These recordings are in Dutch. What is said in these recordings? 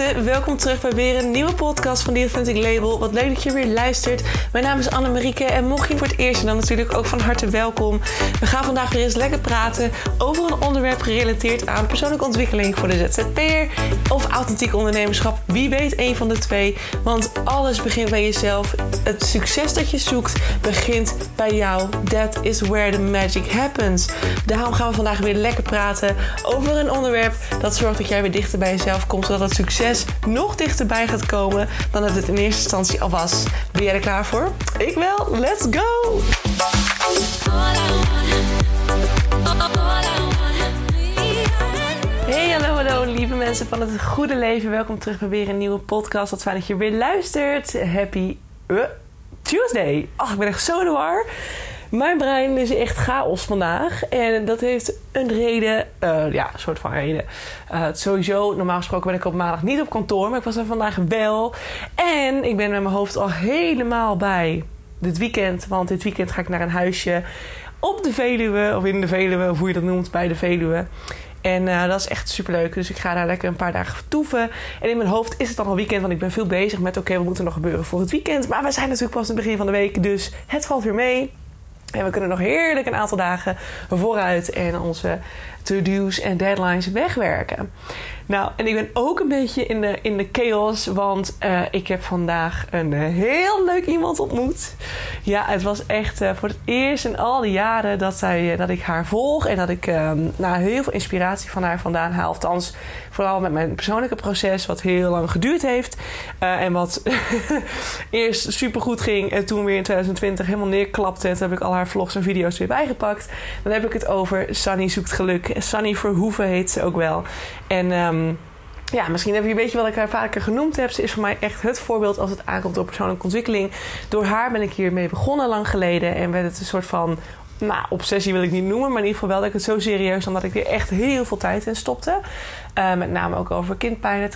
mensen, welkom terug bij weer een nieuwe podcast van The Authentic Label. Wat leuk dat je weer luistert. Mijn naam is Annemarieke en mocht je voor het eerst dan natuurlijk ook van harte welkom. We gaan vandaag weer eens lekker praten over een onderwerp gerelateerd aan persoonlijke ontwikkeling voor de ZZP'er of authentiek ondernemerschap. Wie weet een van de twee, want alles begint bij jezelf. Het succes dat je zoekt begint bij jou. That is where the magic happens. Daarom gaan we vandaag weer lekker praten over een onderwerp dat zorgt dat jij weer dichter bij jezelf komt, zodat het succes nog dichterbij gaat komen dan dat het in eerste instantie al was. Ben jij er klaar voor? Ik wel. Let's go! Hey, hallo lieve mensen van het goede leven. Welkom terug bij weer een nieuwe podcast. Wat fijn dat je weer luistert. Happy Tuesday. Ach, ik ben echt zo in de war. Mijn brein is echt chaos vandaag. En dat heeft een reden. Een soort van reden. Sowieso, normaal gesproken ben ik op maandag niet op kantoor. Maar ik was er vandaag wel. En ik ben met mijn hoofd al helemaal bij dit weekend. Want dit weekend ga ik naar een huisje op de Veluwe. Of in de Veluwe, of hoe je dat noemt, bij de Veluwe. En dat is echt superleuk. Dus ik ga daar lekker een paar dagen vertoeven. En in mijn hoofd is het dan al weekend. Want ik ben veel bezig met wat moet er nog gebeuren voor het weekend. Maar we zijn natuurlijk pas in het begin van de week. Dus het valt weer mee. En we kunnen nog heerlijk een aantal dagen vooruit en onze to-do's en deadlines wegwerken. Nou, en ik ben ook een beetje in de chaos, want ik heb vandaag een heel leuk iemand ontmoet. Ja, het was echt voor het eerst in al die jaren dat ik haar volg en dat ik heel veel inspiratie van haar vandaan haal. Althans, vooral met mijn persoonlijke proces, wat heel lang geduurd heeft. En wat eerst supergoed ging en toen weer in 2020 helemaal neerklapte. Toen heb ik al haar vlogs en video's weer bijgepakt. Dan heb ik het over Sunny zoekt geluk. Sunny Verhoeven heet ze ook wel. En misschien weet je wat ik haar vaker genoemd heb. Ze is voor mij echt het voorbeeld als het aankomt op persoonlijke ontwikkeling. Door haar ben ik hiermee begonnen lang geleden. En werd het een soort van obsessie wil ik niet noemen. Maar in ieder geval wel dat ik het zo serieus nam dat ik er echt heel veel tijd in stopte. Met name ook over kindpijnen,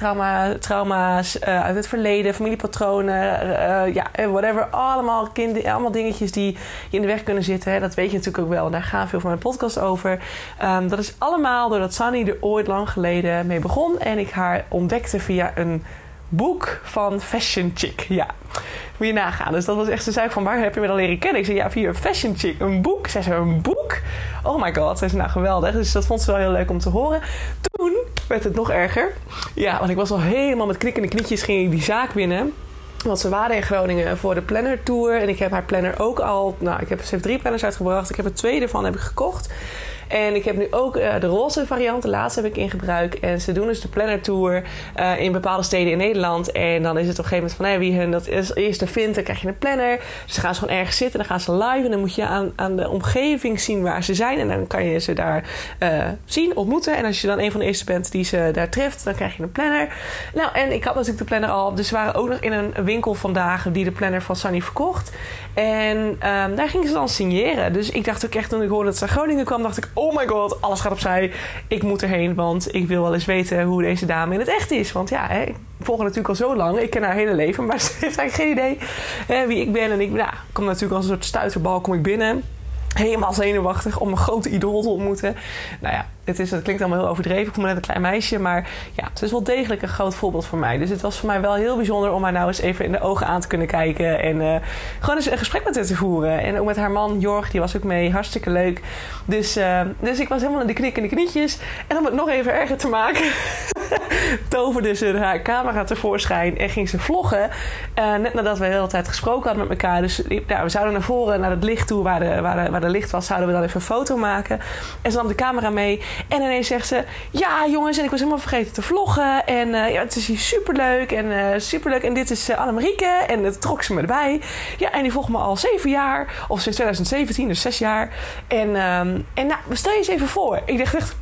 trauma's uit het verleden, familiepatronen, whatever. Allemaal dingetjes die je in de weg kunnen zitten. Hè. Dat weet je natuurlijk ook wel. En daar gaan veel van mijn podcast over. Dat is allemaal doordat Sunny er ooit lang geleden mee begon. En ik haar ontdekte via een boek van Fashion Chick. Ja, moet je nagaan. Dus dat was echt, ze zei van, waar heb je me dan leren kennen? Ik zei, ja, via Fashion Chick. Een boek? Zei ze, een boek? Oh my god, zei ze, nou geweldig. Dus dat vond ze wel heel leuk om te horen. Toen werd het nog erger. Ja, want ik was al helemaal met knikkende knietjes ging ik die zaak binnen. Want ze waren in Groningen voor de planner tour. En ik heb haar planner ook al. Ze heeft 3 planners uitgebracht. Ik heb er 2 ervan heb ik gekocht. En ik heb nu ook de roze variant. De laatste heb ik in gebruik. En ze doen dus de planner tour in bepaalde steden in Nederland. En dan is het op een gegeven moment van wie hun dat eerste vindt, dan krijg je een planner. Dus dan gaan ze gewoon ergens zitten. Dan gaan ze live. En dan moet je aan de omgeving zien waar ze zijn. En dan kan je ze daar zien, ontmoeten. En als je dan een van de eerste bent die ze daar treft, dan krijg je een planner. Nou, en ik had natuurlijk de planner al. Dus ze waren ook nog in een winkel vandaag die de planner van Sunny verkocht. En daar gingen ze dan signeren. Dus ik dacht ook echt, toen ik hoorde dat ze naar Groningen kwam, dacht ik, oh my god, alles gaat opzij. Ik moet erheen, want ik wil wel eens weten hoe deze dame in het echt is. Want ja, ik volg haar natuurlijk al zo lang. Ik ken haar hele leven, maar ze heeft eigenlijk geen idee wie ik ben. En ik kom natuurlijk als een soort stuiterbal kom ik binnen. Helemaal zenuwachtig om een grote idool te ontmoeten. Nou ja, het klinkt allemaal heel overdreven. Ik voel me net een klein meisje. Maar ja, het is wel degelijk een groot voorbeeld voor mij. Dus het was voor mij wel heel bijzonder om haar nou eens even in de ogen aan te kunnen kijken. En gewoon eens een gesprek met haar te voeren. En ook met haar man Jorg, die was ook mee. Hartstikke leuk. Dus ik was helemaal in de knikkende knietjes. En om het nog even erger te maken, toverde ze haar camera tevoorschijn en ging ze vloggen. Net nadat we de hele tijd gesproken hadden met elkaar. Dus we zouden naar voren, naar het licht toe, waar de licht was, zouden we dan even een foto maken. En ze nam de camera mee. En ineens zegt ze, ja jongens, en ik was helemaal vergeten te vloggen. En het is hier superleuk. En superleuk. En dit is Annemarieke. En dat trok ze me erbij. Ja, en die volgt me al 7 jaar. Of sinds 2017, dus 6 jaar. En stel je eens even voor. Ik dacht echt,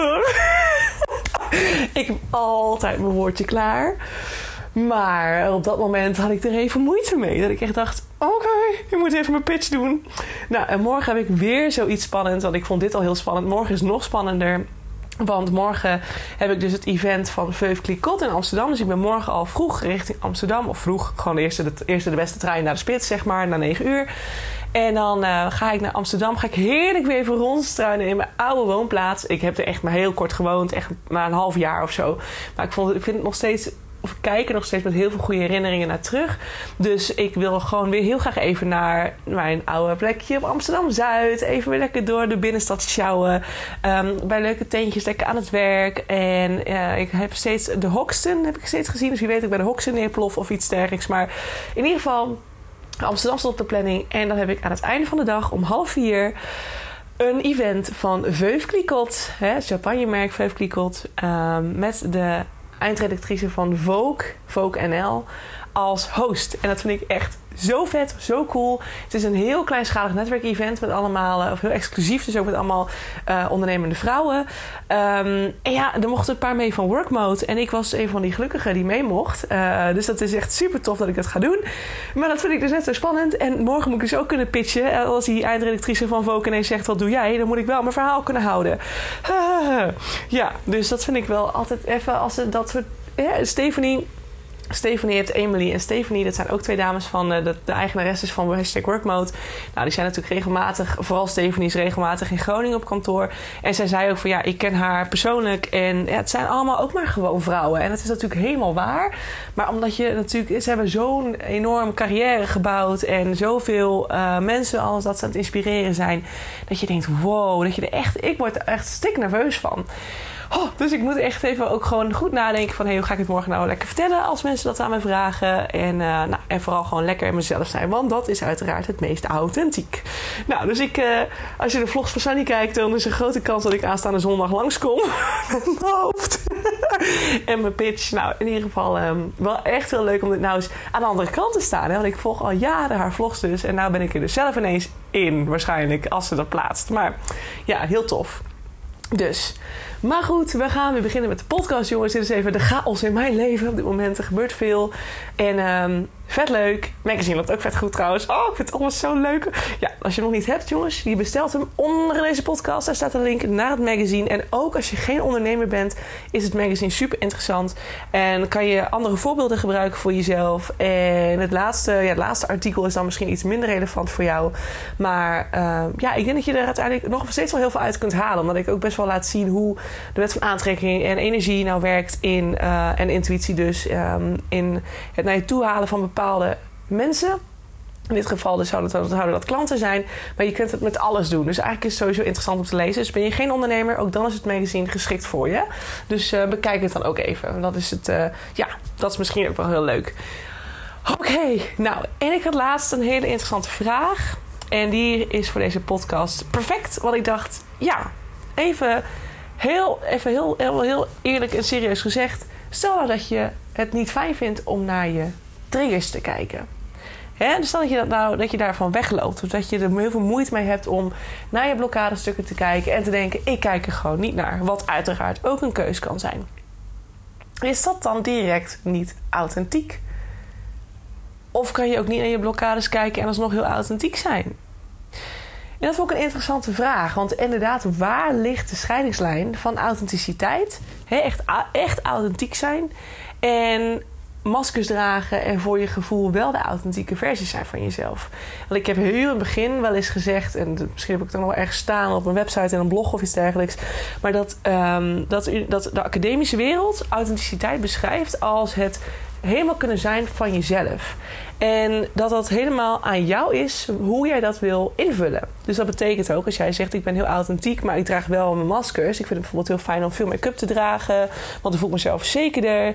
ik heb altijd mijn woordje klaar. Maar op dat moment had ik er even moeite mee. Dat ik echt dacht, oké, ik moet even mijn pitch doen. Nou, en morgen heb ik weer zoiets spannends. Want ik vond dit al heel spannend. Morgen is het nog spannender. Want morgen heb ik dus het event van Veuve Clicquot in Amsterdam. Dus ik ben morgen al vroeg richting Amsterdam. Of vroeg, gewoon de beste trein naar de spits, zeg maar, na 9 uur. En dan ga ik naar Amsterdam. Ga ik heerlijk weer even rondstruinen in mijn oude woonplaats. Ik heb er echt maar heel kort gewoond. Echt maar een half jaar of zo. Maar ik vind het nog steeds kijk er nog steeds met heel veel goede herinneringen naar terug. Dus ik wil gewoon weer heel graag even naar mijn oude plekje op Amsterdam-Zuid. Even weer lekker door de binnenstad sjouwen. Bij leuke tentjes lekker aan het werk. En ik heb steeds de Hoxton heb ik steeds gezien. Dus wie weet ik bij de Hoxton neerplof of iets dergelijks. Maar in ieder geval, Amsterdam stond op de planning. En dan heb ik aan het einde van de dag om 3:30... een event van Veuve Clicquot, het champagnemerk Veuve Clicquot, met de eindredactrice van Vogue NL, als host. En dat vind ik echt zo vet, zo cool. Het is een heel kleinschalig netwerkevent met allemaal, of heel exclusief, dus ook met allemaal ondernemende vrouwen. En ja, er mochten een paar mee van Workmode. En ik was een van die gelukkigen die mee mocht. Dus dat is echt super tof dat ik dat ga doen. Maar dat vind ik dus net zo spannend. En morgen moet ik dus ook kunnen pitchen. Als die eindredactrice van Vogue ineens zegt, wat doe jij? Dan moet ik wel mijn verhaal kunnen houden. Ja, dus dat vind ik wel altijd even als ze dat soort... Ja, Stephanie heeft Emily en Stephanie. Dat zijn ook 2 dames van de eigenaresses van #Workmode. Nou, die zijn natuurlijk regelmatig... Vooral Stephanie is regelmatig in Groningen op kantoor. En zij zei ook van ja, ik ken haar persoonlijk. En ja, het zijn allemaal ook maar gewoon vrouwen. En dat is natuurlijk helemaal waar. Maar omdat je natuurlijk... Ze hebben zo'n enorm carrière gebouwd. En zoveel mensen alles dat ze aan het inspireren zijn. Dat je denkt, wow. Dat je er echt... Ik word er echt stiknerveus van. Dus ik moet echt even ook gewoon goed nadenken van... hoe ga ik het morgen nou lekker vertellen als mensen dat aan mij vragen. En vooral gewoon lekker in mezelf zijn. Want dat is uiteraard het meest authentiek. Nou, dus als je de vlogs van Sunny kijkt... dan is er een grote kans dat ik aanstaande zondag langskom. Met mijn hoofd. En mijn pitch. Nou, in ieder geval wel echt heel leuk om dit nou eens aan de andere kant te staan. Hè? Want ik volg al jaren haar vlogs dus. En nou ben ik er dus zelf ineens in waarschijnlijk als ze dat plaatst. Maar ja, heel tof. Dus, maar goed, we gaan weer beginnen met de podcast, jongens. Dit is even de chaos in mijn leven op dit moment. Er gebeurt veel. En vet leuk. Magazine loopt ook vet goed trouwens. Oh, ik vind het allemaal zo leuk. Ja, als je hem nog niet hebt, jongens, je bestelt hem onder deze podcast. Daar staat een link naar het magazine. En ook als je geen ondernemer bent, is het magazine super interessant. En kan je andere voorbeelden gebruiken voor jezelf. En het laatste artikel is dan misschien iets minder relevant voor jou. Maar ik denk dat je er uiteindelijk nog steeds wel heel veel uit kunt halen. Omdat ik ook best wel laat zien hoe de wet van aantrekking en energie nou werkt en intuïtie dus in het naar je toe halen van bepaalde mensen. In dit geval dus zouden dat klanten zijn. Maar je kunt het met alles doen. Dus eigenlijk is het sowieso interessant om te lezen. Dus ben je geen ondernemer, ook dan is het magazine geschikt voor je. Dus bekijk het dan ook even. Dat is dat is misschien ook wel heel leuk. Oké, nou, en ik had laatst een hele interessante vraag. En die is voor deze podcast perfect. Want ik dacht, ja, even heel eerlijk en serieus gezegd. Stel nou dat je het niet fijn vindt om naar je triggers te kijken. Dus stel dat je daarvan wegloopt. Of dat je er heel veel moeite mee hebt om naar je blokkadestukken te kijken. En te denken, ik kijk er gewoon niet naar. Wat uiteraard ook een keus kan zijn. Is dat dan direct niet authentiek? Of kan je ook niet naar je blokkades kijken en alsnog heel authentiek zijn? En dat vond ik een interessante vraag. Want inderdaad, waar ligt de scheidingslijn van authenticiteit? Echt authentiek zijn. En maskers dragen en voor je gevoel wel de authentieke versie zijn van jezelf. Want ik heb heel in het begin wel eens gezegd, en misschien heb ik het dan wel ergens staan op een website en een blog of iets dergelijks, maar dat de academische wereld authenticiteit beschrijft als het helemaal kunnen zijn van jezelf. En dat helemaal aan jou is hoe jij dat wil invullen. Dus dat betekent ook, als jij zegt, ik ben heel authentiek, maar ik draag wel mijn maskers. Ik vind het bijvoorbeeld heel fijn om veel make-up te dragen, want dan voel ik mezelf zekerder.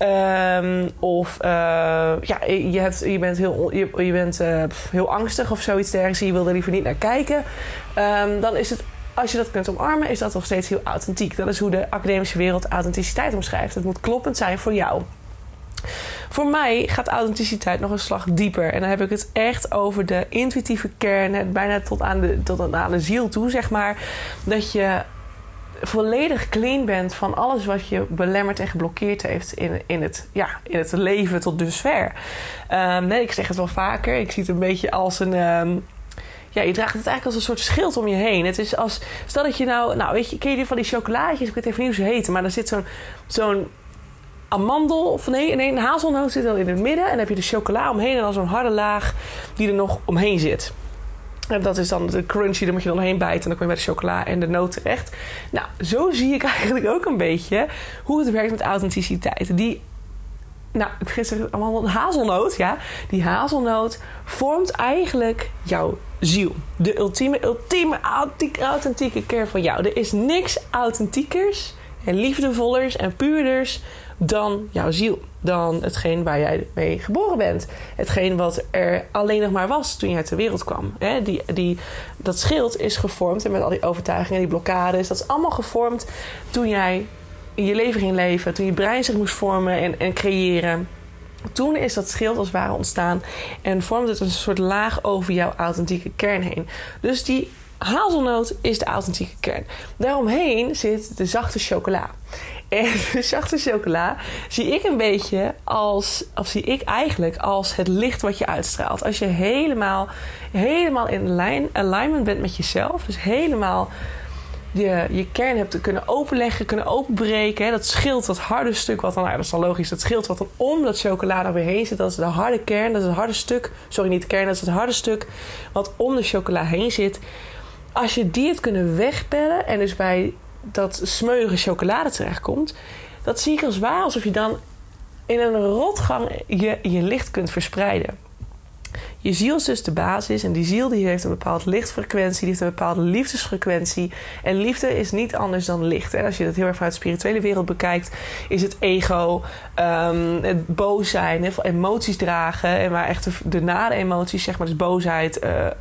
Je bent heel angstig of zoiets dergelijks. Je wil er liever niet naar kijken. Dan is het, als je dat kunt omarmen, is dat nog steeds heel authentiek. Dat is hoe de academische wereld authenticiteit omschrijft. Het moet kloppend zijn voor jou. Voor mij gaat authenticiteit nog een slag dieper. En dan heb ik het echt over de intuïtieve kern. Bijna tot aan de ziel toe, zeg maar. Dat je volledig clean bent van alles wat je belemmerd en geblokkeerd heeft in het leven tot dusver. Ik zeg het wel vaker. Ik zie het een beetje als een je draagt het eigenlijk als een soort schild om je heen. Het is als, stel dat je weet je, ken je die van die chocolaatjes? Ik weet even niet hoe ze heten, maar er zit zo'n amandel, of een hazelnoot zit dan in het midden. En dan heb je de chocola omheen en dan zo'n harde laag die er nog omheen zit. En dat is dan de crunchy, daar moet je dan omheen bijten. En dan kom je bij de chocola en de noot terecht. Nou, zo zie ik eigenlijk ook een beetje hoe het werkt met authenticiteit. Nou, ik vergeet het allemaal. Hazelnoot, ja. Die hazelnoot vormt eigenlijk jouw ziel. De ultieme authentieke kern van jou. Er is niks authentiekers en liefdevollers en puurders dan jouw ziel. Dan hetgeen waar jij mee geboren bent. Hetgeen wat er alleen nog maar was toen jij ter wereld kwam. Dat schild is gevormd en met al die overtuigingen, die blokkades. Dat is allemaal gevormd toen jij in je leven ging leven. Toen je brein zich moest vormen en creëren. Toen is dat schild als het ware ontstaan. En vormt het een soort laag over jouw authentieke kern heen. Dus die hazelnoot is de authentieke kern. Daaromheen zit de zachte chocola. En de zachte chocola zie ik een beetje als het licht wat je uitstraalt. Als je helemaal in alignment bent met jezelf. Dus helemaal je kern hebt kunnen openleggen, kunnen openbreken. Dat schild, dat harde stuk wat dan, dat is dan logisch, dat schild wat dan om dat chocolade weer heen zit. Dat is de harde kern, dat is het harde stuk. Sorry, niet de kern, dat is het harde stuk wat om de chocola heen zit. Als je die hebt kunnen wegpellen en dus bij dat smeuïge chocolade terechtkomt, dat zie ik als waar alsof je dan in een rotgang je licht kunt verspreiden. Je ziel is dus de basis en die ziel die heeft een bepaalde lichtfrequentie, die heeft een bepaalde liefdesfrequentie. En liefde is niet anders dan licht. En als je dat heel erg vanuit de spirituele wereld bekijkt, is het ego, het boos zijn, heel veel emoties dragen. En waar echt de nare emoties, zeg maar, dus boosheid,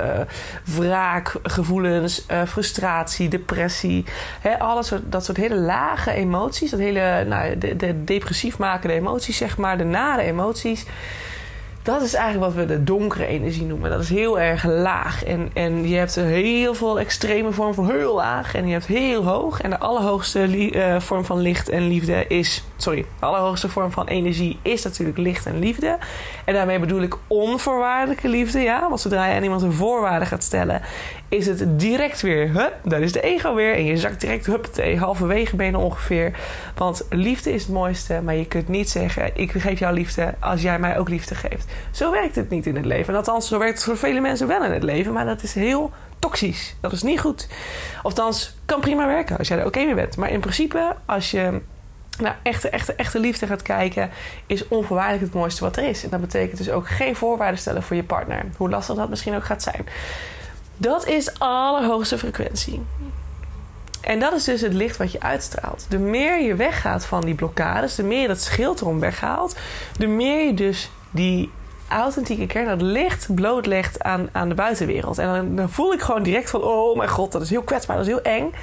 wraak, gevoelens, frustratie, depressie. Dat soort hele lage emoties, dat hele de depressief makende emoties, zeg maar, de nare emoties. Dat is eigenlijk wat we de donkere energie noemen. Dat is heel erg laag. En je hebt een heel veel extreme vorm van heel laag. En je hebt heel hoog. En de allerhoogste vorm van licht en liefde is... Sorry, de allerhoogste vorm van energie is natuurlijk licht en liefde. En daarmee bedoel ik onvoorwaardelijke liefde. Ja? Want zodra je aan iemand een voorwaarde gaat stellen, is het direct weer... daar is de ego weer. En je zakt direct halverwege benen ongeveer. Want liefde is het mooiste. Maar je kunt niet zeggen, ik geef jou liefde als jij mij ook liefde geeft. Zo werkt het niet in het leven. En althans, zo werkt het voor vele mensen wel in het leven. Maar dat is heel toxisch. Dat is niet goed. Althans, kan prima werken als jij er oké mee bent. Maar in principe, als je naar echte liefde gaat kijken, is onvoorwaardelijk het mooiste wat er is. En dat betekent dus ook geen voorwaarden stellen voor je partner. Hoe lastig dat misschien ook gaat zijn. Dat is de allerhoogste frequentie. En dat is dus het licht wat je uitstraalt. De meer je weggaat van die blokkades, de meer je dat schild erom weghaalt, de meer je dus die authentieke kern, dat licht blootlegt aan de buitenwereld. En dan voel ik gewoon direct van, oh mijn god, dat is heel kwetsbaar, dat is heel eng.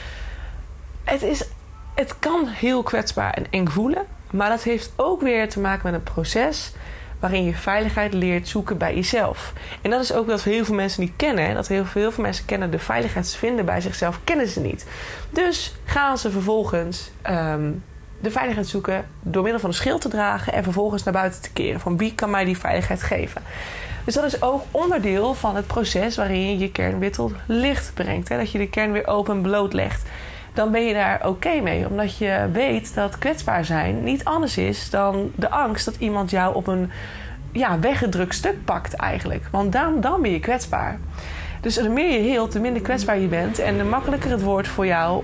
Het kan heel kwetsbaar en eng voelen, maar dat heeft ook weer te maken met een proces waarin je veiligheid leert zoeken bij jezelf. En dat is ook wat heel veel mensen niet kennen. Dat heel veel mensen kennen de veiligheid vinden bij zichzelf, kennen ze niet. Dus gaan ze vervolgens de veiligheid zoeken door middel van een schild te dragen en vervolgens naar buiten te keren. Van wie kan mij die veiligheid geven? Dus dat is ook onderdeel van het proces waarin je je kern weer tot licht brengt. Hè? Dat je de kern weer open blootlegt. Dan ben je daar oké mee. Omdat je weet dat kwetsbaar zijn niet anders is dan de angst dat iemand jou op een weggedrukt stuk pakt eigenlijk. Want dan ben je kwetsbaar. Dus hoe meer je heelt, hoe minder kwetsbaar je bent. En hoe makkelijker het wordt voor jou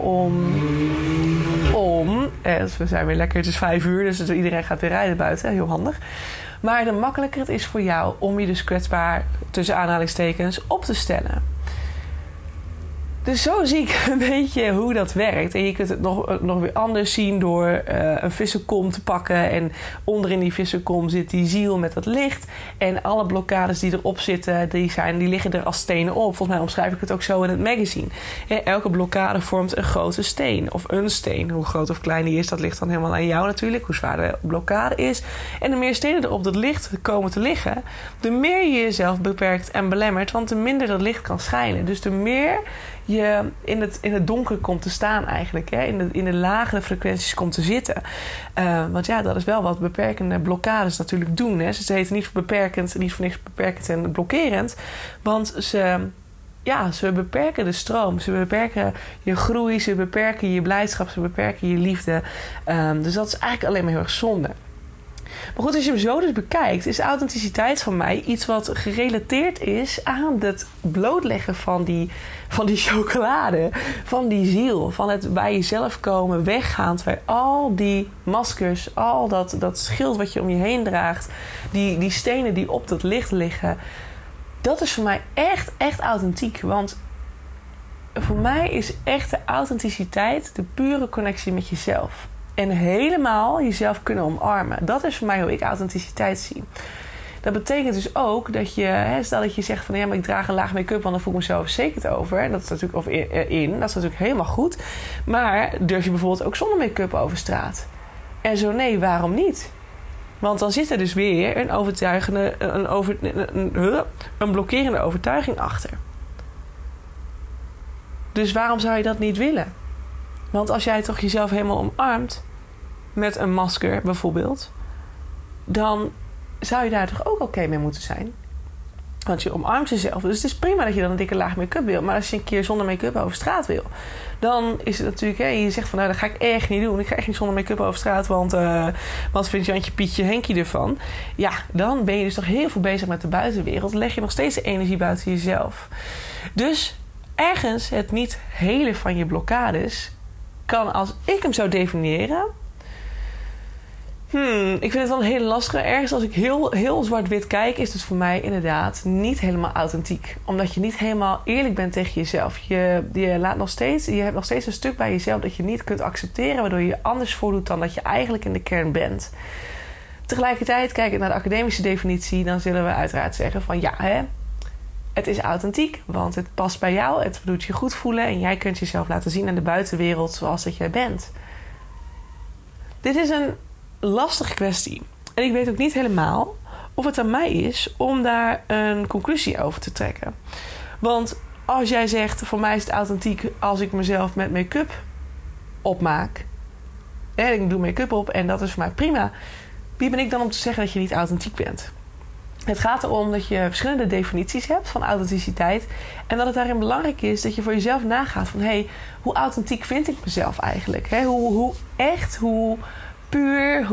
we zijn weer lekker, het is 5 uur, dus iedereen gaat weer rijden buiten. Heel handig. Maar hoe makkelijker het is voor jou om je dus kwetsbaar, tussen aanhalingstekens, op te stellen. Dus zo zie ik een beetje hoe dat werkt. En je kunt het nog weer anders zien door een vissenkom te pakken. En onderin die vissenkom zit die ziel met dat licht. En alle blokkades die erop zitten, die liggen er als stenen op. Volgens mij omschrijf ik het ook zo in het magazine. Elke blokkade vormt een grote steen. Of een steen. Hoe groot of klein die is, dat ligt dan helemaal aan jou natuurlijk. Hoe zwaar de blokkade is. En de meer stenen er op dat licht komen te liggen, de meer je jezelf beperkt en belemmert. Want de minder dat licht kan schijnen. Dus de meer je in het donker komt te staan eigenlijk. Hè? In de lagere frequenties komt te zitten. Want dat is wel wat beperkende blokkades natuurlijk doen. Hè? Ze heten niet voor niks beperkend en blokkerend. Want ze beperken de stroom. Ze beperken je groei. Ze beperken je blijdschap. Ze beperken je liefde. Dus dat is eigenlijk alleen maar heel erg zonde. Maar goed, als je hem zo dus bekijkt, is authenticiteit van mij iets wat gerelateerd is aan het blootleggen van die chocolade, van die ziel, van het bij jezelf komen, weggaan bij al die maskers, al dat schild wat je om je heen draagt, die stenen die op dat licht liggen. Dat is voor mij echt authentiek, want voor mij is echte authenticiteit de pure connectie met jezelf. En helemaal jezelf kunnen omarmen. Dat is voor mij hoe ik authenticiteit zie. Dat betekent dus ook dat je, stel dat je zegt van ja, maar ik draag een laag make-up, want dan voel ik mezelf zeker over. En dat is natuurlijk, dat is natuurlijk helemaal goed. Maar durf je bijvoorbeeld ook zonder make-up over straat? En zo nee, waarom niet? Want dan zit er dus weer een blokkerende overtuiging achter. Dus waarom zou je dat niet willen? Want als jij toch jezelf helemaal omarmt, met een masker bijvoorbeeld, dan zou je daar toch ook oké mee moeten zijn? Want je omarmt jezelf. Dus het is prima dat je dan een dikke laag make-up wil. Maar als je een keer zonder make-up over straat wil, dan is het natuurlijk, je zegt van nou, dat ga ik echt niet doen. Ik ga echt niet zonder make-up over straat, want wat vindt Jantje, Pietje, Henkie ervan? Ja, dan ben je dus toch heel veel bezig met de buitenwereld. Dan leg je nog steeds de energie buiten jezelf. Dus ergens het niet helen van je blokkades kan, als ik hem zou definiëren, ik vind het wel een hele lastige. Ergens als ik heel zwart-wit kijk, is het voor mij inderdaad niet helemaal authentiek. Omdat je niet helemaal eerlijk bent tegen jezelf. Je hebt nog steeds een stuk bij jezelf dat je niet kunt accepteren, waardoor je je anders voordoet dan dat je eigenlijk in de kern bent. Tegelijkertijd, kijk ik naar de academische definitie, dan zullen we uiteraard zeggen van ja, het is authentiek, want het past bij jou, het doet je goed voelen en jij kunt jezelf laten zien aan de buitenwereld zoals dat jij bent. Dit is een lastige kwestie. En ik weet ook niet helemaal of het aan mij is om daar een conclusie over te trekken. Want als jij zegt, voor mij is het authentiek als ik mezelf met make-up opmaak. En ik doe make-up op en dat is voor mij prima. Wie ben ik dan om te zeggen dat je niet authentiek bent? Het gaat erom dat je verschillende definities hebt van authenticiteit. En dat het daarin belangrijk is dat je voor jezelf nagaat van hoe authentiek vind ik mezelf eigenlijk? Hoe echt, hoe puur,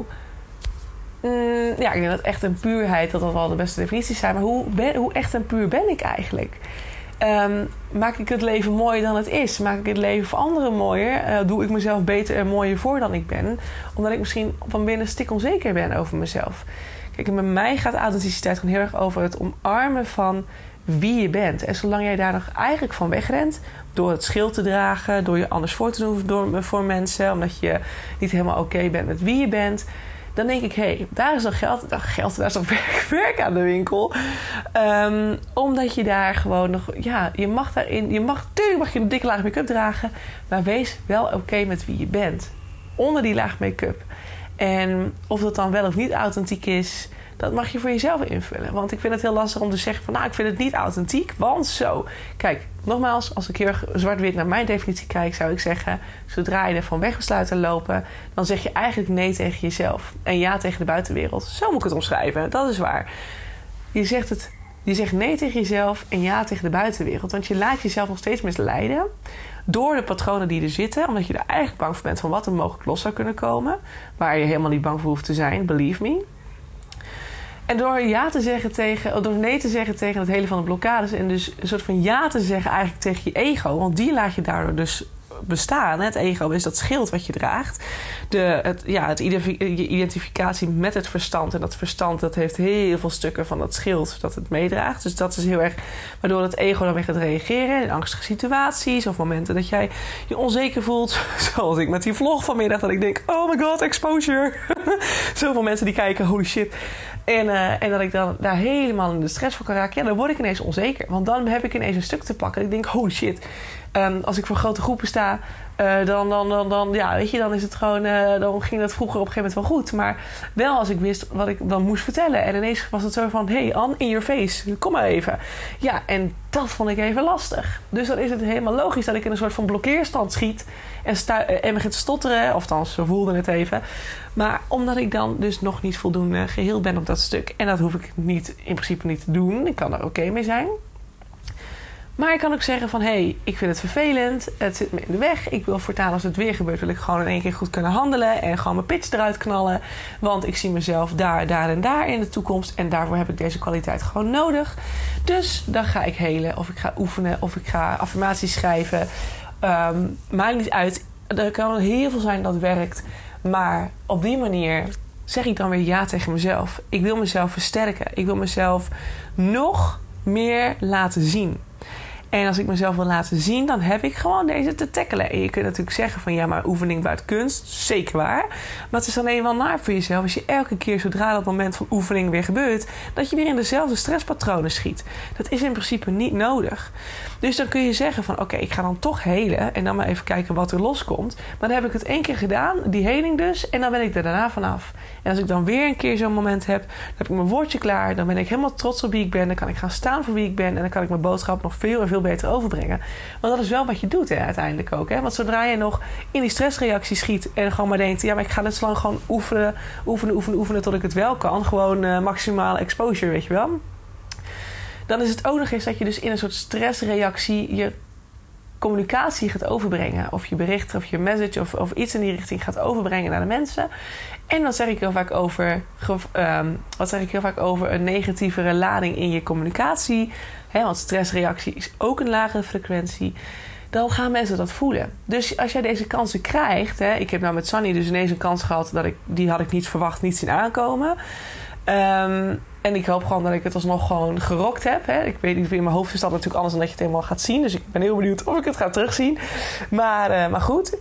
ik denk dat echt en puurheid, dat wel de beste definities zijn. Maar hoe echt en puur ben ik eigenlijk? Maak ik het leven mooier dan het is? Maak ik het leven voor anderen mooier? Doe ik mezelf beter en mooier voor dan ik ben? Omdat ik misschien van binnen stik onzeker ben over mezelf. Kijk, en bij mij gaat authenticiteit gewoon heel erg over het omarmen van wie je bent. En zolang jij daar nog eigenlijk van wegrent, door het schild te dragen, door je anders voor te doen voor mensen, omdat je niet helemaal oké bent met wie je bent, dan denk ik, daar is nog geld, daar is nog werk aan de winkel. Omdat je daar gewoon nog, tuurlijk mag je een dikke laag make-up dragen, maar wees wel oké met wie je bent. Onder die laag make-up. En of dat dan wel of niet authentiek is, dat mag je voor jezelf invullen. Want ik vind het heel lastig om te zeggen van, ik vind het niet authentiek, want zo. Kijk, nogmaals, als ik heel erg zwart-wit naar mijn definitie kijk, zou ik zeggen, zodra je er van weg besluit te lopen, dan zeg je eigenlijk nee tegen jezelf. En ja tegen de buitenwereld. Zo moet ik het omschrijven, dat is waar. Je zegt nee tegen jezelf en ja tegen de buitenwereld. Want je laat jezelf nog steeds misleiden door de patronen die er zitten, omdat je er eigenlijk bang voor bent van wat er mogelijk los zou kunnen komen, waar je helemaal niet bang voor hoeft te zijn, believe me. En door nee te zeggen tegen het hele van de blokkades en dus een soort van ja te zeggen eigenlijk tegen je ego, want die laat je daardoor dus bestaan. Het ego is dat schild wat je draagt. Je identificatie met het verstand. En dat verstand dat heeft heel veel stukken van dat schild dat het meedraagt. Dus dat is heel erg waardoor het ego dan weer gaat reageren in angstige situaties of momenten dat jij je onzeker voelt. Zoals ik met die vlog vanmiddag, dat ik denk, oh my god, exposure. Zoveel mensen die kijken, holy shit. En dat ik dan daar helemaal in de stress van kan raken. Ja, dan word ik ineens onzeker. Want dan heb ik ineens een stuk te pakken. En ik denk, holy shit. Als ik voor grote groepen sta, dan is het gewoon, dan ging dat vroeger op een gegeven moment wel goed. Maar wel als ik wist wat ik dan moest vertellen. En ineens was het zo van, hey Anne, in your face, kom maar even. Ja, en dat vond ik even lastig. Dus dan is het helemaal logisch dat ik in een soort van blokkeerstand schiet en begin te stotteren. Althans, ze voelden het even. Maar omdat ik dan dus nog niet voldoende geheel ben op dat stuk. En dat hoef ik in principe niet te doen. Ik kan er oké mee zijn. Maar ik kan ook zeggen van, ik vind het vervelend. Het zit me in de weg. Ik wil voortaan, als het weer gebeurt, wil ik gewoon in één keer goed kunnen handelen. En gewoon mijn pitch eruit knallen. Want ik zie mezelf daar en daar in de toekomst. En daarvoor heb ik deze kwaliteit gewoon nodig. Dus dan ga ik helen. Of ik ga oefenen. Of ik ga affirmaties schrijven. Maakt niet uit. Er kan heel veel zijn dat werkt. Maar op die manier zeg ik dan weer ja tegen mezelf. Ik wil mezelf versterken. Ik wil mezelf nog meer laten zien. En als ik mezelf wil laten zien, dan heb ik gewoon deze te tackelen. En je kunt natuurlijk zeggen van, ja, maar oefening buiten kunst. Zeker waar. Maar het is alleen wel naar voor jezelf als je elke keer, zodra dat moment van oefening weer gebeurt, dat je weer in dezelfde stresspatronen schiet. Dat is in principe niet nodig. Dus dan kun je zeggen van, oké, ik ga dan toch helen. En dan maar even kijken wat er loskomt. Maar dan heb ik het 1 keer gedaan, die heling dus. En dan ben ik er daarna vanaf. En als ik dan weer een keer zo'n moment heb, dan heb ik mijn woordje klaar. Dan ben ik helemaal trots op wie ik ben. Dan kan ik gaan staan voor wie ik ben. En dan kan ik mijn boodschap nog veel en veel beter overbrengen. Want dat is wel wat je doet, hè, uiteindelijk ook. Hè? Want zodra je nog in die stressreactie schiet en gewoon maar denkt, ja, maar ik ga net zo lang gewoon oefenen tot ik het wel kan. Gewoon maximale exposure, weet je wel. Dan is het ook nog eens dat je dus in een soort stressreactie je communicatie gaat overbrengen. Of je bericht of je message of iets in die richting gaat overbrengen naar de mensen. En dan zeg ik heel vaak over een negatievere lading in je communicatie. Want stressreactie is ook een lagere frequentie. Dan gaan mensen dat voelen. Dus als jij deze kansen krijgt. Ik heb nou met Sunny dus ineens een kans gehad. Die had ik niet verwacht, niet zien aankomen. En ik hoop gewoon dat ik het alsnog gewoon gerokt heb. Ik weet niet, in mijn hoofd is dat natuurlijk anders dan dat je het helemaal gaat zien. Dus ik ben heel benieuwd of ik het ga terugzien. Maar goed.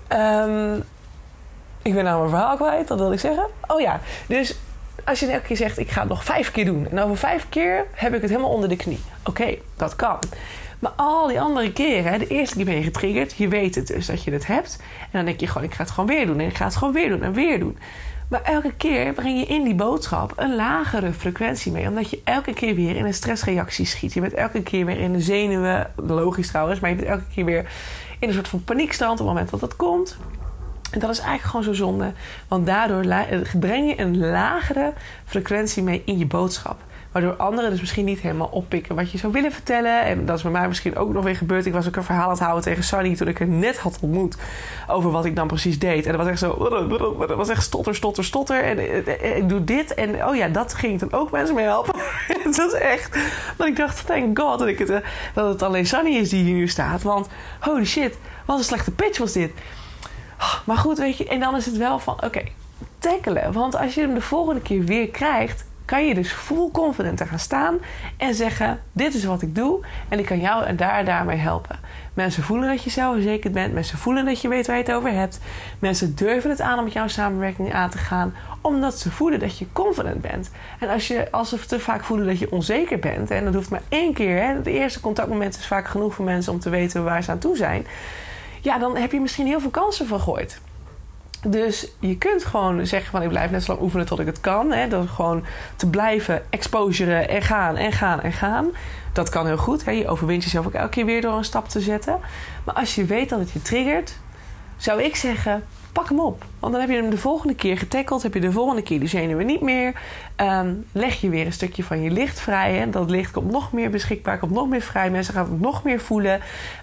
Ik ben nou mijn verhaal kwijt, dat wilde ik zeggen. Oh ja, dus als je elke keer zegt, ik ga het nog 5 keer doen. En over 5 keer heb ik het helemaal onder de knie. Oké, dat kan. Maar al die andere keren, de eerste keer ben je getriggerd. Je weet het dus dat je het hebt. En dan denk je gewoon, ik ga het gewoon weer doen. En ik ga het gewoon weer doen en weer doen. Maar elke keer breng je in die boodschap een lagere frequentie mee. Omdat je elke keer weer in een stressreactie schiet. Je bent elke keer weer in de zenuwen. Logisch trouwens, maar je bent elke keer weer in een soort van paniekstand op het moment dat het komt. En dat is eigenlijk gewoon zo zonde. Want daardoor breng je een lagere frequentie mee in je boodschap. Waardoor anderen dus misschien niet helemaal oppikken wat je zou willen vertellen. En dat is bij mij misschien ook nog weer gebeurd. Ik was ook een verhaal aan het houden tegen Sunny toen ik haar net had ontmoet. Over wat ik dan precies deed. En dat was echt zo. Dat was echt stotter. En ik doe dit. En oh ja, dat ging ik dan ook mensen mee helpen. Het was echt. Dat ik dacht, thank God dat het alleen Sunny is die hier nu staat. Want holy shit, wat een slechte pitch was dit. Maar goed, weet je. En dan is het wel van, oké, tackelen. Want als je hem de volgende keer weer krijgt, kan je dus full confident gaan staan en zeggen, dit is wat ik doe en ik kan jou en daarmee helpen. Mensen voelen dat je zelfverzekerd bent. Mensen voelen dat je weet waar je het over hebt. Mensen durven het aan om met jouw samenwerking aan te gaan, omdat ze voelen dat je confident bent. En als ze te vaak voelen dat je onzeker bent, en dat hoeft maar 1 keer, het eerste contactmoment is vaak genoeg voor mensen om te weten waar ze aan toe zijn. Ja, dan heb je misschien heel veel kansen vergooid. Dus je kunt gewoon zeggen van, ik blijf net zo lang oefenen tot ik het kan. Dat gewoon te blijven exposuren en gaan. Dat kan heel goed. Je overwint jezelf ook elke keer weer door een stap te zetten. Maar als je weet dat het je triggert, zou ik zeggen, pak hem op. Want dan heb je hem de volgende keer getackeld. Heb je de volgende keer die zenuwen niet meer. Leg je weer een stukje van je licht vrij. Dat licht komt nog meer beschikbaar. Komt nog meer vrij. Mensen gaan het nog meer voelen.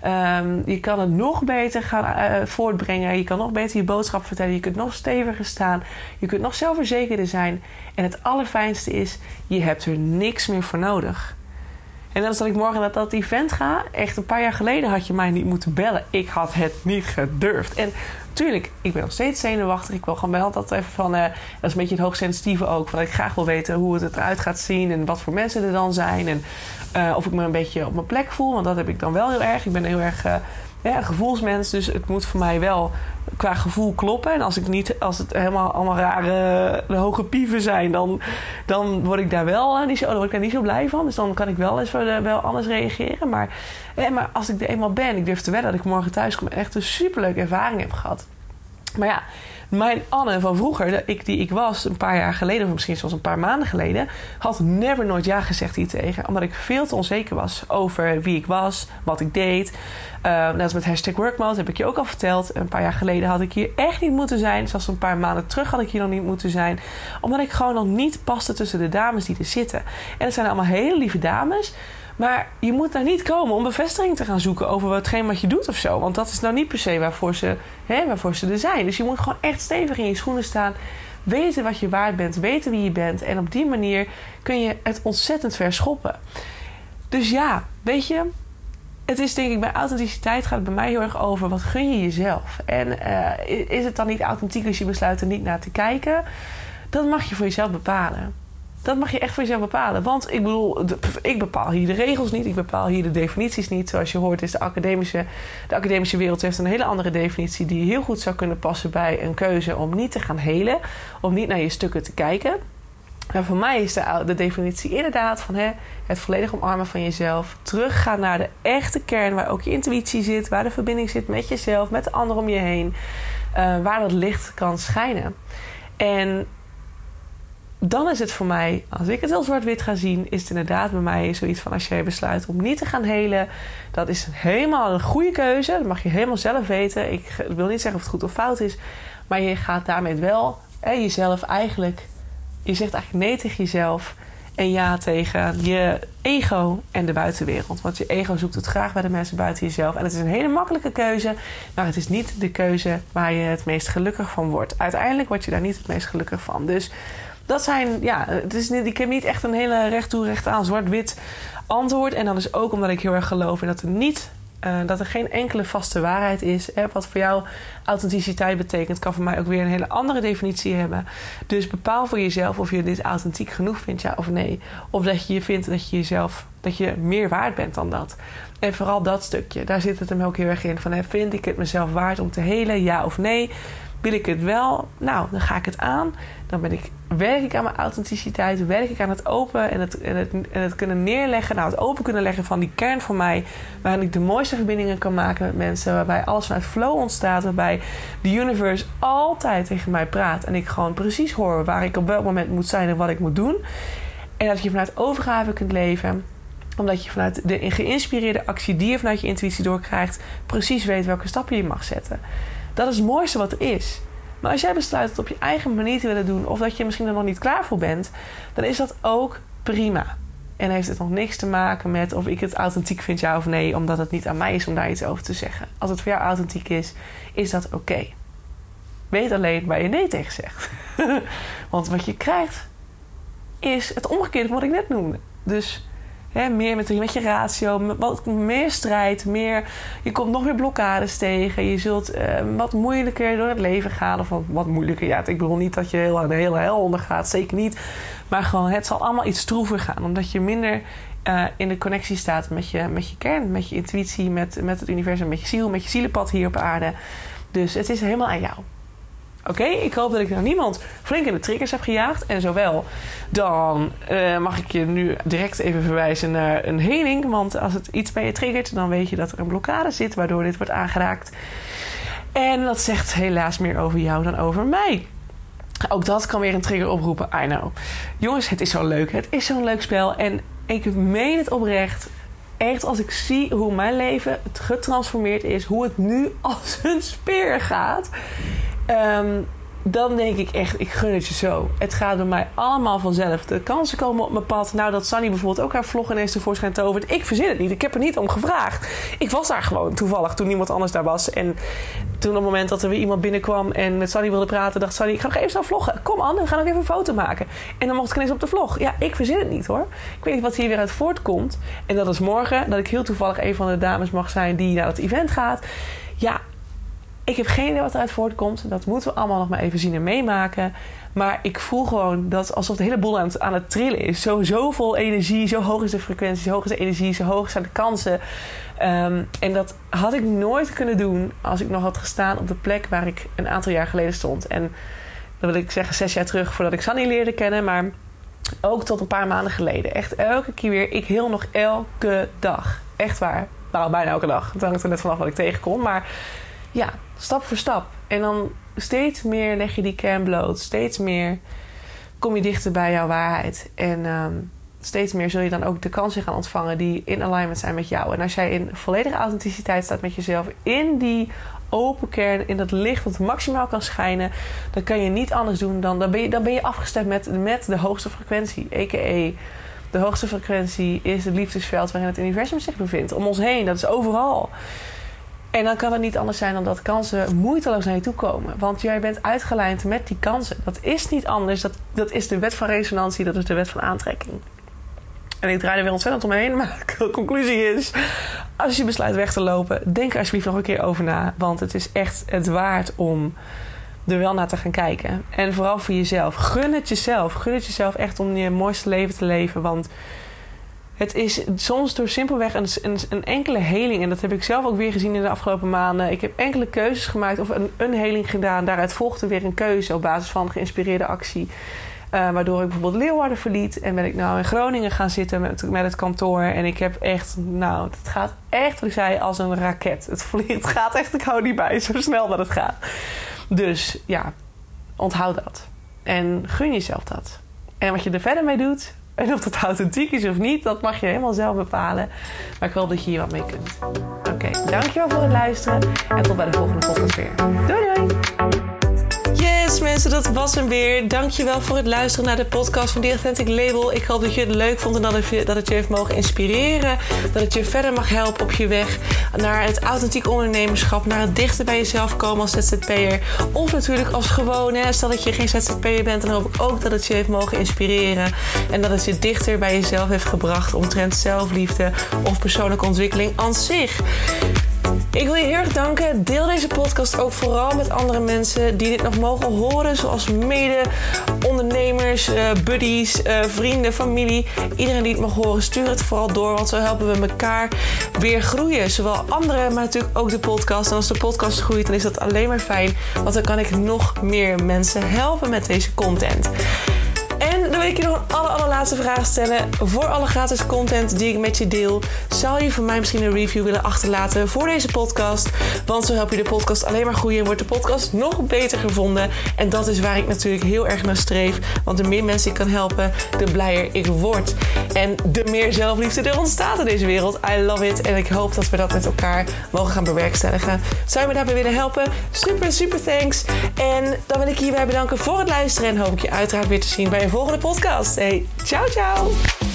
Je kan het nog beter gaan voortbrengen. Je kan nog beter je boodschap vertellen. Je kunt nog steviger staan. Je kunt nog zelfverzekerder zijn. En het allerfijnste is, je hebt er niks meer voor nodig. En dan is dat ik morgen naar dat event ga. Echt een paar jaar geleden had je mij niet moeten bellen. Ik had het niet gedurfd. En tuurlijk, ik ben nog steeds zenuwachtig. Ik wil gewoon wel dat even van, dat is een beetje het hoogsensitieve ook. Van dat ik graag wil weten hoe het eruit gaat zien. En wat voor mensen er dan zijn. En of ik me een beetje op mijn plek voel. Want dat heb ik dan wel heel erg. Ik ben heel erg een gevoelsmens. Dus het moet voor mij wel qua gevoel kloppen. En als het helemaal allemaal rare hoge pieven zijn, dan word ik daar wel niet zo blij van. Dus dan kan ik wel eens wel anders reageren. Maar als ik er eenmaal ben, ik durf te wedden dat ik morgen thuis kom en echt een superleuke ervaring heb gehad. Maar ja, mijn Anne van vroeger, die ik was een paar jaar geleden, of misschien zelfs een paar maanden geleden, had nooit ja gezegd hiertegen. Omdat ik veel te onzeker was over wie ik was, wat ik deed. Net als met #workmode heb ik je ook al verteld. Een paar jaar geleden had ik hier echt niet moeten zijn. Zelfs een paar maanden terug had ik hier nog niet moeten zijn. Omdat ik gewoon nog niet paste tussen de dames die er zitten. En het zijn allemaal hele lieve dames. Maar je moet daar niet komen om bevestiging te gaan zoeken over hetgeen wat je doet of zo. Want dat is nou niet per se waarvoor ze er zijn. Dus je moet gewoon echt stevig in je schoenen staan. Weten wat je waard bent. Weten wie je bent. En op die manier kun je het ontzettend verschoppen. Dus ja, weet je, het is denk ik bij authenticiteit gaat het bij mij heel erg over wat gun je jezelf. En is het dan niet authentiek als je besluit er niet naar te kijken? Dat mag je voor jezelf bepalen. Dat mag je echt voor jezelf bepalen. Want ik bedoel, ik bepaal hier de regels niet. Ik bepaal hier de definities niet. Zoals je hoort is de academische wereld heeft een hele andere definitie die heel goed zou kunnen passen bij een keuze om niet te gaan helen. Om niet naar je stukken te kijken. Maar voor mij is de definitie inderdaad van het volledig omarmen van jezelf. Teruggaan naar de echte kern waar ook je intuïtie zit. Waar de verbinding zit met jezelf, met de ander om je heen. Waar dat licht kan schijnen. En dan is het voor mij, als ik het heel zwart-wit ga zien, is het inderdaad bij mij zoiets van als jij besluit om niet te gaan helen. Dat is helemaal een goede keuze. Dat mag je helemaal zelf weten. Ik wil niet zeggen of het goed of fout is. Maar je gaat daarmee wel jezelf eigenlijk. Je zegt eigenlijk nee tegen jezelf en ja tegen je ego en de buitenwereld. Want je ego zoekt het graag bij de mensen buiten jezelf. En het is een hele makkelijke keuze, maar het is niet de keuze waar je het meest gelukkig van wordt. Uiteindelijk word je daar niet het meest gelukkig van. Dus dat zijn, ik heb niet echt een hele recht toe, recht aan, zwart-wit antwoord. En dan is ook omdat ik heel erg geloof in dat er geen enkele vaste waarheid is. Wat voor jou authenticiteit betekent, kan voor mij ook weer een hele andere definitie hebben. Dus bepaal voor jezelf of je dit authentiek genoeg vindt, ja of nee. Of dat je vindt dat je meer waard bent dan dat. En vooral dat stukje, daar zit het hem ook heel erg in. Van, vind ik het mezelf waard om te helen, ja of nee? Wil ik het wel? Nou, dan ga ik het aan. Dan werk ik aan mijn authenticiteit. Werk ik aan het open en het kunnen neerleggen. Nou, het open kunnen leggen van die kern van mij. Waarin ik de mooiste verbindingen kan maken met mensen. Waarbij alles vanuit flow ontstaat. Waarbij de universe altijd tegen mij praat. En ik gewoon precies hoor waar ik op welk moment moet zijn en wat ik moet doen. En dat je vanuit overgave kunt leven. Omdat je vanuit de geïnspireerde actie die je vanuit je intuïtie doorkrijgt, precies weet welke stappen je mag zetten. Dat is het mooiste wat er is. Maar als jij besluit het op je eigen manier te willen doen, of dat je misschien er nog niet klaar voor bent, dan is dat ook prima. En heeft het nog niks te maken met of ik het authentiek vind, ja of nee, omdat het niet aan mij is om daar iets over te zeggen. Als het voor jou authentiek is dat oké. Weet alleen waar je nee tegen zegt. Want wat je krijgt is het omgekeerde van wat ik net noemde. Dus meer met je ratio, wat meer strijd, je komt nog meer blokkades tegen. Je zult wat moeilijker door het leven gaan. Of wat moeilijker, ja, ik bedoel niet dat je een hele hel ondergaat, zeker niet. Maar gewoon, het zal allemaal iets stroever gaan. Omdat je minder in de connectie staat met je kern, met je intuïtie, met het universum, met je ziel, met je zielenpad hier op aarde. Dus het is helemaal aan jou. Oké, ik hoop dat ik nou niemand flink in de triggers heb gejaagd. En zowel, dan mag ik je nu direct even verwijzen naar een heling. Want als het iets bij je triggert, dan weet je dat er een blokkade zit waardoor dit wordt aangeraakt. En dat zegt helaas meer over jou dan over mij. Ook dat kan weer een trigger oproepen, I know. Jongens, het is zo leuk. Het is zo'n leuk spel. En ik meen het oprecht. Echt, als ik zie hoe mijn leven getransformeerd is. Hoe het nu als een speer gaat. Dan denk ik echt, ik gun het je zo. Het gaat bij mij allemaal vanzelf. De kansen komen op mijn pad. Nou, dat Sunny bijvoorbeeld ook haar vlog ineens tevoorschijn tovert. Ik verzin het niet. Ik heb er niet om gevraagd. Ik was daar gewoon toevallig toen niemand anders daar was. En toen op het moment dat er weer iemand binnenkwam en met Sunny wilde praten, dacht Sunny, ik ga nog even snel vloggen. Kom Anne, we gaan nog even een foto maken. En dan mocht ik ineens op de vlog. Ja, ik verzin het niet hoor. Ik weet niet wat hier weer uit voortkomt. En dat is morgen, dat ik heel toevallig een van de dames mag zijn die naar het event gaat. Ja, ik heb geen idee wat eruit voortkomt. Dat moeten we allemaal nog maar even zien en meemaken. Maar ik voel gewoon dat alsof de hele boel aan het trillen is. Zo vol energie, zo hoog is de frequentie, zo hoog is de energie, zo hoog zijn de kansen. En dat had ik nooit kunnen doen als ik nog had gestaan op de plek waar ik een aantal jaar geleden stond. En dan wil ik zeggen 6 jaar terug voordat ik Sunny leerde kennen. Maar ook tot een paar maanden geleden. Echt elke keer weer. Ik heel nog elke dag. Echt waar. Nou, bijna elke dag. Het hangt er net vanaf wat ik tegenkom. Maar ja, stap voor stap. En dan steeds meer leg je die kern bloot. Steeds meer kom je dichter bij jouw waarheid. En steeds meer zul je dan ook de kansen gaan ontvangen die in alignment zijn met jou. En als jij in volledige authenticiteit staat met jezelf, in die open kern, in dat licht dat maximaal kan schijnen, dan kan je niet anders doen dan ben je afgestemd met de hoogste frequentie. A.k.a. De hoogste frequentie is het liefdesveld waarin het universum zich bevindt. Om ons heen, dat is overal. En dan kan het niet anders zijn dan dat kansen moeiteloos naar je toe komen. Want jij bent uitgelijnd met die kansen. Dat is niet anders. Dat is de wet van resonantie. Dat is de wet van aantrekking. En ik draai er weer ontzettend omheen. Maar de conclusie is... als je besluit weg te lopen... denk er alsjeblieft nog een keer over na. Want het is echt het waard om er wel naar te gaan kijken. En vooral voor jezelf. Gun het jezelf. Gun het jezelf echt om je mooiste leven te leven. Want... het is soms door simpelweg een enkele heling. En dat heb ik zelf ook weer gezien in de afgelopen maanden. Ik heb enkele keuzes gemaakt of een heling gedaan. Daaruit volgde weer een keuze op basis van geïnspireerde actie. Waardoor ik bijvoorbeeld Leeuwarden verliet. En ben ik nou in Groningen gaan zitten met het kantoor. En ik heb echt... nou, het gaat echt, wat ik zei, als een raket. Het gaat echt, ik hou niet bij, zo snel dat het gaat. Dus ja, onthoud dat. En gun jezelf dat. En wat je er verder mee doet... en of dat authentiek is of niet, dat mag je helemaal zelf bepalen. Maar ik hoop dat je hier wat mee kunt. Oké, dankjewel voor het luisteren. En tot bij de volgende podcast weer. Doei doei! Yes mensen, dat was hem weer. Dankjewel voor het luisteren naar de podcast van The Authentic Label. Ik hoop dat je het leuk vond en dat het je heeft mogen inspireren. Dat het je verder mag helpen op je weg naar het authentiek ondernemerschap. Naar het dichter bij jezelf komen als ZZP'er. Of natuurlijk als gewone. Stel dat je geen ZZP'er bent, dan hoop ik ook dat het je heeft mogen inspireren. En dat het je dichter bij jezelf heeft gebracht omtrent zelfliefde of persoonlijke ontwikkeling aan zich. Ik wil je heel erg danken. Deel deze podcast ook vooral met andere mensen die dit nog mogen horen. Zoals mede-ondernemers, buddies, vrienden, familie. Iedereen die het mag horen, stuur het vooral door. Want zo helpen we elkaar weer groeien. Zowel anderen, maar natuurlijk ook de podcast. En als de podcast groeit, dan is dat alleen maar fijn. Want dan kan ik nog meer mensen helpen met deze content. En dan wil ik je nog een allerlaatste vraag stellen. Voor alle gratis content die ik met je deel, zou je voor mij misschien een review willen achterlaten voor deze podcast? Want zo help je de podcast alleen maar groeien en wordt de podcast nog beter gevonden. En dat is waar ik natuurlijk heel erg naar streef. Want de meer mensen ik kan helpen, de blijer ik word. En de meer zelfliefde er ontstaat in deze wereld. I love it. En ik hoop dat we dat met elkaar mogen gaan bewerkstelligen. Zou je me daarbij willen helpen? Super thanks. En dan wil ik je hierbij bedanken voor het luisteren. En hoop ik je uiteraard weer te zien bij een volgende podcast. Hey, ciao.